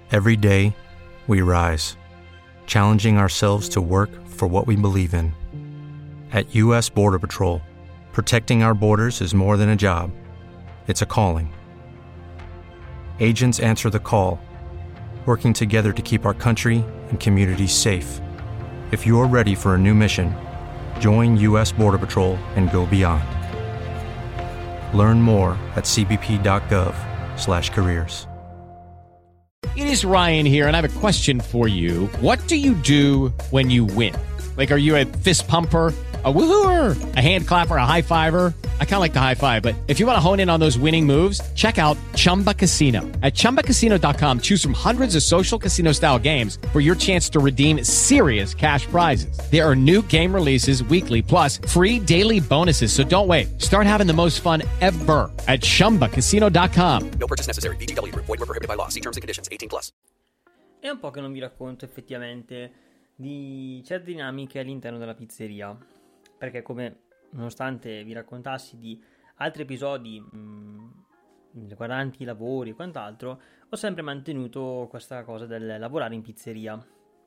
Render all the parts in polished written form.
Every day, we rise, challenging ourselves to work for what we believe in. At U.S. Border Patrol, protecting our borders is more than a job. It's a calling. Agents answer the call, working together to keep our country and communities safe. If you're ready for a new mission, join U.S. Border Patrol and go beyond. Learn more at cbp.gov/careers. It is Ryan here, and I have a question for you. What do you do when you win? Like, are you a fist pumper, a woohooer, a hand clapper, a high fiver? I kind of like the high five, but if you want to hone in on those winning moves, check out Chumba Casino. At ChumbaCasino.com, choose from hundreds of social casino-style games for your chance to redeem serious cash prizes. There are new game releases weekly, plus free daily bonuses. So don't wait. Start having the most fun ever at ChumbaCasino.com. No purchase necessary. VGW Group. Void where prohibited by law. See terms and conditions. 18+. È un po' che non vi racconto effettivamente di certe dinamiche all'interno della pizzeria, perché come nonostante vi raccontassi di altri episodi riguardanti i lavori e quant'altro, ho sempre mantenuto questa cosa del lavorare in pizzeria.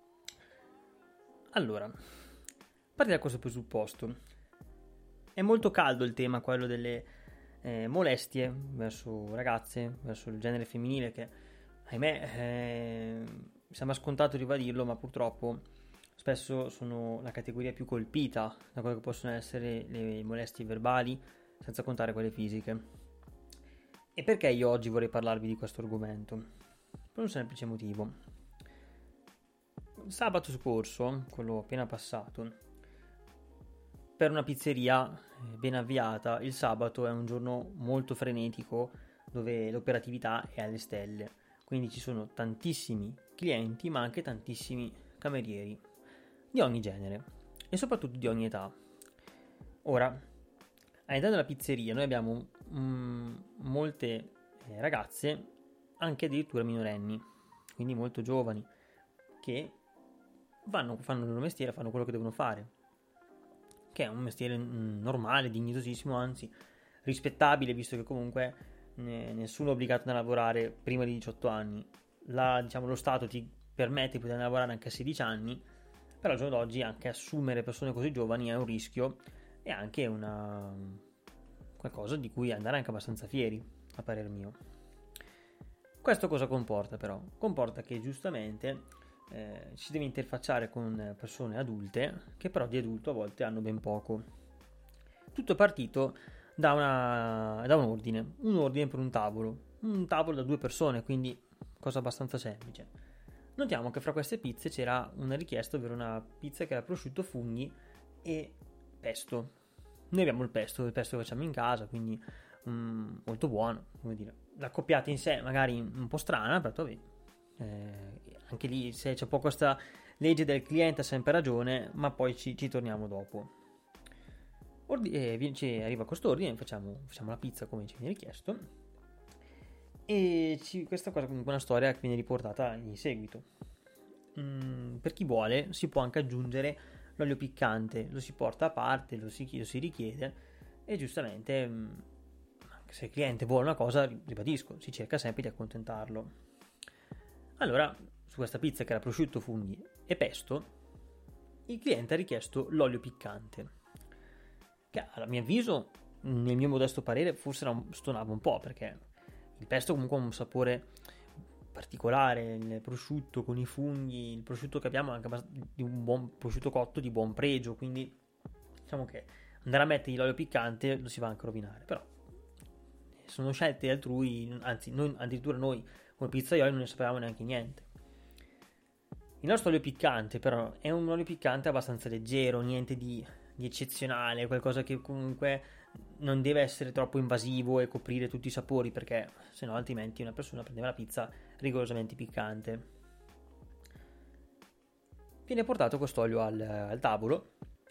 Allora, parti da questo presupposto. È molto caldo il tema, quello delle molestie verso ragazze, verso il genere femminile, che ahimè mi sembra scontato ribadirlo, ma purtroppo spesso sono la categoria più colpita da quello che possono essere le molestie verbali, senza contare quelle fisiche. E perché io oggi vorrei parlarvi di questo argomento? Per un semplice motivo. Sabato scorso, quello appena passato, per una pizzeria ben avviata, il sabato è un giorno molto frenetico dove l'operatività è alle stelle. Quindi ci sono tantissimi clienti, ma anche tantissimi camerieri di ogni genere e soprattutto di ogni età. Ora, all'interno della pizzeria noi abbiamo molte ragazze, anche addirittura minorenni, quindi molto giovani, che fanno il loro mestiere, fanno quello che devono fare, che è un mestiere normale, dignitosissimo, anzi rispettabile, visto che comunque nessuno è obbligato a lavorare prima di 18 anni. Lo Stato ti permette di poter lavorare anche a 16 anni, però al giorno d'oggi anche assumere persone così giovani è un rischio e anche qualcosa di cui andare anche abbastanza fieri, a parer mio. Questo cosa comporta però? Comporta che giustamente ci deve interfacciare con persone adulte che però di adulto a volte hanno ben poco. Tutto è partito da un ordine per un tavolo da 2 persone, quindi cosa abbastanza semplice. Notiamo che fra queste pizze c'era una richiesta, ovvero una pizza che era prosciutto, funghi e pesto. Noi abbiamo il pesto che facciamo in casa, quindi molto buono, come dire. L'accoppiata in sé magari un po' strana, però vabbè, anche lì se c'è un po' questa legge del cliente ha sempre ragione, ma poi ci torniamo dopo. Arriva questo ordine, facciamo la pizza come ci viene richiesto e questa cosa comunque è una storia che viene riportata in seguito. Per chi vuole si può anche aggiungere l'olio piccante, lo si porta a parte, lo si richiede e giustamente se il cliente vuole una cosa, ribadisco, si cerca sempre di accontentarlo. Allora, su questa pizza che era prosciutto, funghi e pesto, il cliente ha richiesto l'olio piccante, che a mio avviso, nel mio modesto parere, forse stonava un po', perché il pesto comunque ha un sapore particolare, il prosciutto con i funghi, il prosciutto che abbiamo è anche di un buon prosciutto cotto di buon pregio, quindi diciamo che andare a mettergli l'olio piccante lo si va anche a rovinare, però sono scelte altrui, anzi addirittura noi come pizzaioli non ne sapevamo neanche niente. Il nostro olio piccante però è un olio piccante abbastanza leggero, niente di eccezionale, qualcosa che comunque non deve essere troppo invasivo e coprire tutti i sapori, perché sennò altrimenti una persona prendeva la pizza rigorosamente piccante. Viene portato quest'olio al tavolo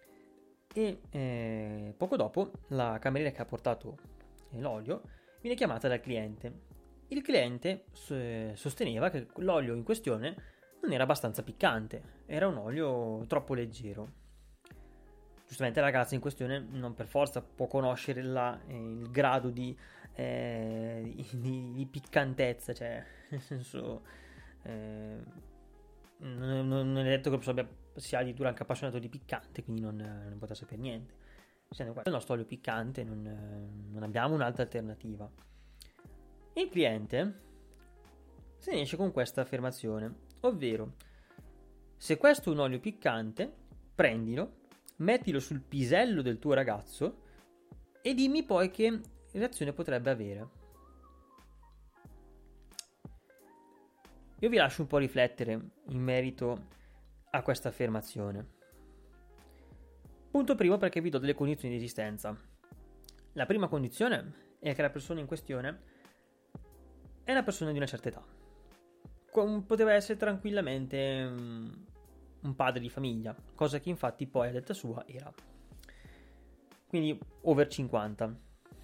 e poco dopo la cameriera che ha portato l'olio viene chiamata dal cliente. Il cliente sosteneva che l'olio in questione non era abbastanza piccante, era un olio troppo leggero. Giustamente la ragazza in questione non per forza può conoscere il grado di piccantezza, cioè nel senso non è detto che sia addirittura anche appassionato di piccante, quindi non potrà sapere niente. Essendo questo il nostro olio piccante, non abbiamo un'altra alternativa. Il cliente se ne esce con questa affermazione, ovvero: se questo è un olio piccante, prendilo, mettilo sul pisello del tuo ragazzo e dimmi poi che reazione potrebbe avere. Io vi lascio un po' riflettere in merito a questa affermazione. Punto primo, perché vi do delle condizioni di esistenza. La prima condizione è che la persona in questione è una persona di una certa età. Poteva essere tranquillamente un padre di famiglia, cosa che infatti poi a detta sua era. Quindi over 50.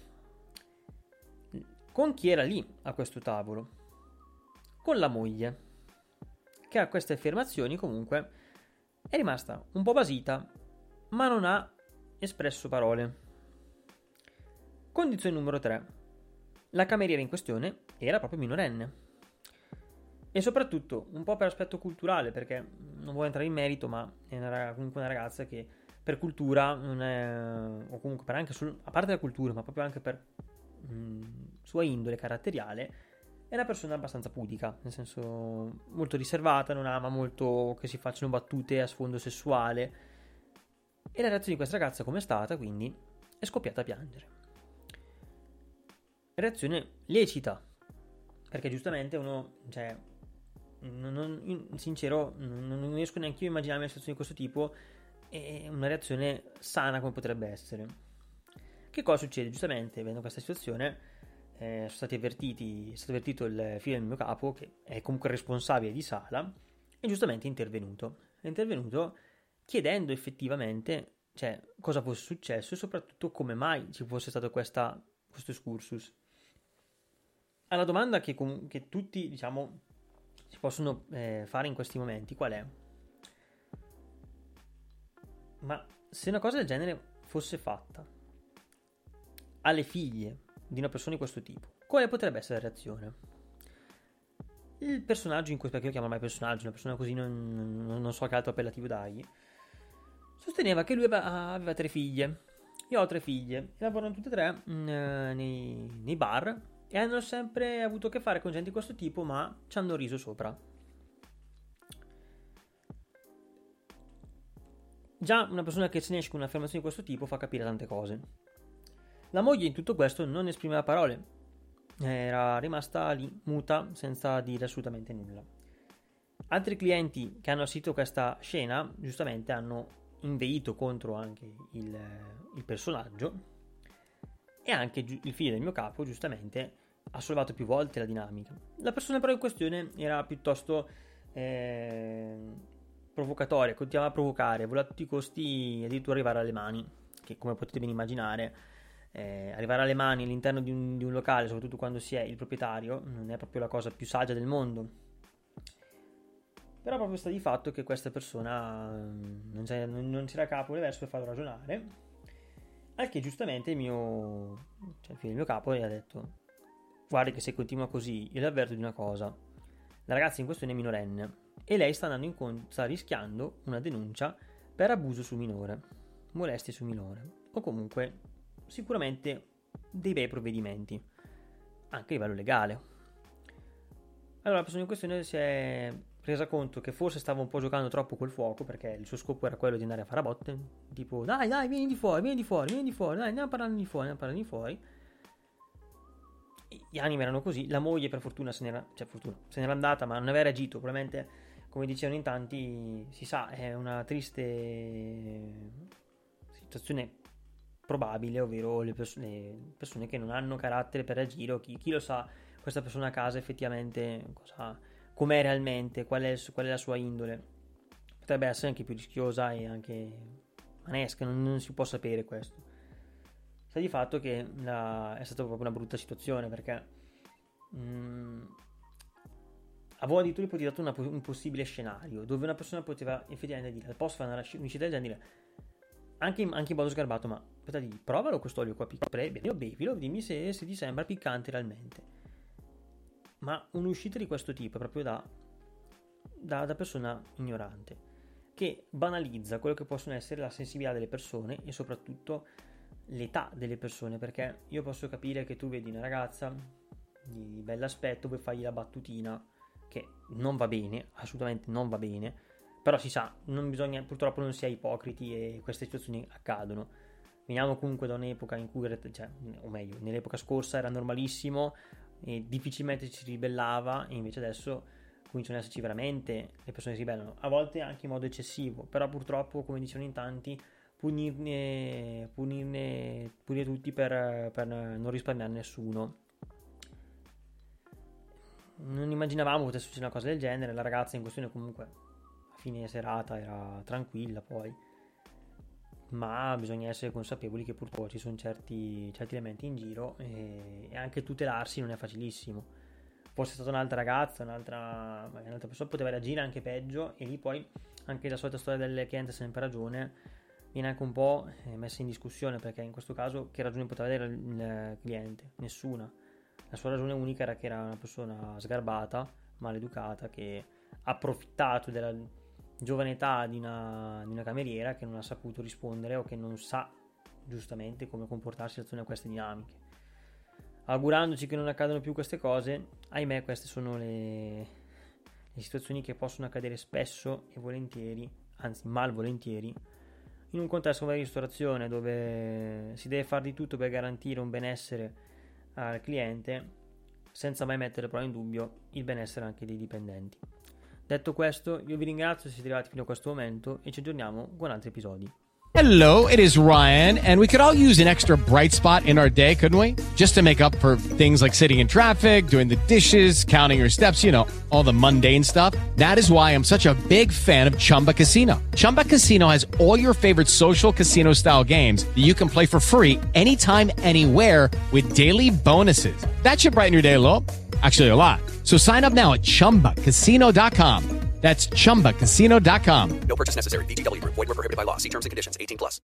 Con chi era lì a questo tavolo? Con la moglie, che a queste affermazioni comunque è rimasta un po' basita, ma non ha espresso parole. Condizione numero 3. La cameriera in questione era proprio minorenne. E soprattutto, un po' per aspetto culturale, perché non vuoi entrare in merito, ma è comunque una ragazza che per cultura non è, o comunque per anche a parte la cultura, ma proprio anche per sua indole caratteriale, è una persona abbastanza pudica, nel senso molto riservata, non ama molto che si facciano battute a sfondo sessuale. E la reazione di questa ragazza come è stata, quindi, è scoppiata a piangere. Reazione lecita, perché giustamente uno, cioè, sincero, non riesco neanche io a immaginarmi una situazione di questo tipo, e una reazione sana come potrebbe essere. Che cosa succede? Giustamente, vedendo questa situazione, è stato avvertito il figlio del mio capo, che è comunque il responsabile di sala, e giustamente è intervenuto chiedendo effettivamente, cioè, cosa fosse successo e soprattutto come mai ci fosse stato questo excursus. Alla domanda che tutti, diciamo, si possono fare in questi momenti, qual è? Ma se una cosa del genere fosse fatta alle figlie di una persona di questo tipo, quale potrebbe essere la reazione? Il personaggio in questo, perché io chiamo mai personaggio, una persona così non so che altro appellativo dargli, sosteneva che lui aveva 3 figlie. Io ho 3 figlie e lavorano tutte e 3 nei bar e hanno sempre avuto a che fare con gente di questo tipo, ma ci hanno riso sopra. Già una persona che se ne esce con un'affermazione di questo tipo fa capire tante cose. La moglie in tutto questo non esprimeva parole, era rimasta lì muta senza dire assolutamente nulla. Altri clienti che hanno assistito a questa scena giustamente hanno inveito contro anche il personaggio, e anche il figlio del mio capo giustamente ha sollevato più volte la dinamica. La persona però in questione era piuttosto provocatoria, continuava a provocare, voleva a tutti i costi addirittura arrivare alle mani, che come potete ben immaginare arrivare alle mani all'interno di un locale, soprattutto quando si è il proprietario, non è proprio la cosa più saggia del mondo. Però proprio sta di fatto che questa persona non c'era capo verso per farlo ragionare, al che giustamente il figlio del mio capo gli ha detto: guardi che se continua così io le avverto di una cosa, la ragazza in questione è minorenne e lei sta rischiando una denuncia per abuso su minore, molestie su minore, o comunque sicuramente dei bei provvedimenti anche a livello legale. Allora la persona in questione si è resa conto che forse stava un po' giocando troppo col fuoco, perché il suo scopo era quello di andare a fare a botte, tipo dai vieni di fuori, dai andiamo a parlare di fuori. Gli animi erano così, la moglie per fortuna se n'era andata, ma non aveva reagito, probabilmente come dicevano in tanti, si sa, è una triste situazione probabile, ovvero le persone che non hanno carattere per reagire, o chi lo sa questa persona a casa effettivamente com'è realmente, qual è la sua indole. Potrebbe essere anche più rischiosa e anche manesca, non si può sapere questo. Sta di fatto che è stata proprio una brutta situazione, perché avevo addirittura ipotizzato un possibile scenario dove una persona poteva effettivamente dire: posso fare una uscita del genere, anche in modo sgarbato, ma aspetta, provalo questo olio qua piccante, bevilo, dimmi se ti sembra piccante realmente. Ma un'uscita di questo tipo è proprio da da persona ignorante, che banalizza quello che possono essere la sensibilità delle persone e soprattutto l'età delle persone, perché io posso capire che tu vedi una ragazza di bell'aspetto, vuoi fargli la battutina, che non va bene, assolutamente non va bene, però si sa, non bisogna, purtroppo non si è ipocriti e queste situazioni accadono. Veniamo comunque da un'epoca in cui, cioè, o meglio, nell'epoca scorsa era normalissimo e difficilmente ci si ribellava, e invece adesso cominciano ad esserci veramente, le persone si ribellano, a volte anche in modo eccessivo, però purtroppo, come dicevano in tanti, punire tutti per non risparmiare nessuno. Non immaginavamo potesse succedere una cosa del genere. La ragazza in questione comunque a fine serata era tranquilla poi, ma bisogna essere consapevoli che purtroppo ci sono certi elementi in giro e anche tutelarsi non è facilissimo. Fosse stata un'altra ragazza, un'altra persona, poteva reagire anche peggio, e lì poi anche la solita storia del cliente ha sempre ragione viene anche un po' messa in discussione, perché in questo caso che ragione poteva avere il cliente? Nessuna. La sua ragione unica era che era una persona sgarbata, maleducata, che ha approfittato della giovane età di una cameriera che non ha saputo rispondere o che non sa giustamente come comportarsi in relazione a queste dinamiche. Augurandoci che non accadano più queste cose, ahimè queste sono le situazioni che possono accadere spesso e volentieri, anzi malvolentieri, in un contesto come la ristorazione, dove si deve fare di tutto per garantire un benessere al cliente senza mai mettere però in dubbio il benessere anche dei dipendenti. Detto questo, io vi ringrazio se siete arrivati fino a questo momento e ci aggiorniamo con altri episodi. Hello, it is Ryan, and we could all use an extra bright spot in our day, couldn't we? Just to make up for things like sitting in traffic, doing the dishes, counting your steps, you know, all the mundane stuff. That is why I'm such a big fan of Chumba Casino. Chumba Casino has all your favorite social casino-style games that you can play for free anytime, anywhere with daily bonuses. That should brighten your day a little. Actually, a lot. So sign up now at ChumbaCasino.com. That's ChumbaCasino.com. No purchase necessary. VGW Group. Void where prohibited by law. See terms and conditions. 18+.